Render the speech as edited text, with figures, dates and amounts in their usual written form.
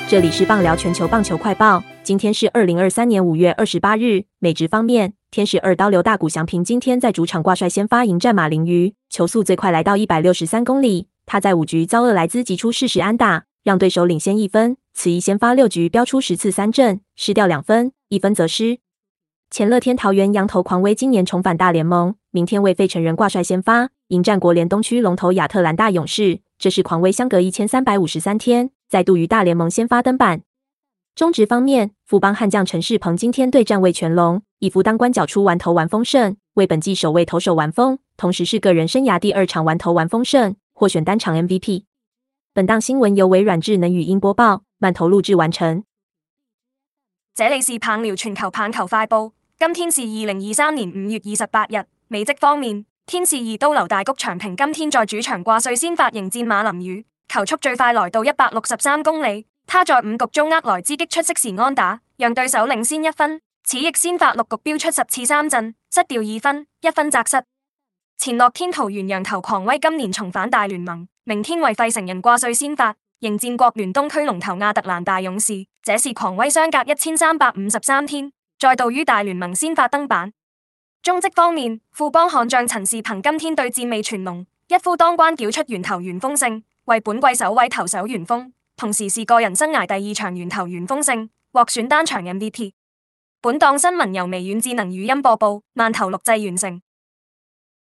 这里是棒聊全球棒球快报，今天是2023年5月28日。美职方面，天使二刀流大谷翔平今天在主场挂帅先发迎战马林鱼，球速最快来到163公里。他在5局遭厄莱兹击出40安打，让对手领先1分。此役先发6局飙出10次三振，失掉2分，1分则失。前乐天桃园洋投狂威今年重返大联盟，明天为费城人挂帅先发，迎战国联东区龙头亚特兰大勇士。这是狂威相隔1353天再度于大联盟先发登板。中职方面，富邦悍将陈世鹏今天对战味全龙，以福当关缴出完投完封胜，为本季首位投手完封，同时是个人生涯第2场完投完封胜，获选单场 MVP。本档新闻由微软智能语音播报，慢投录制完成。 這裡是棒聊全球棒球快報，今天是2023年5月28日。美職方面，天使二刀流大谷翔平今天在主場掛帥先發迎戰馬林魚，球速最快來到163公里。他在5局中厄萊茲擊出適時安打，讓對手領先1分。此役先發6局飆出10次三振，失掉2分，1分責失。前樂天桃園洋投狂威今年重返大聯盟，明天為費城人掛帥先發，迎戰國聯東區龍頭亞特蘭大勇士。這是狂威相隔1353天再度於大聯盟先發登板。中職方面，富邦悍將陳士鵬今天對戰味全龍，一夫當關繳出完投完封勝，為本季首位投手完封，同時是個人生涯第2場完投完封勝，獲選單場 MVP。本檔新聞由微軟智能語音播報，慢投錄製完成。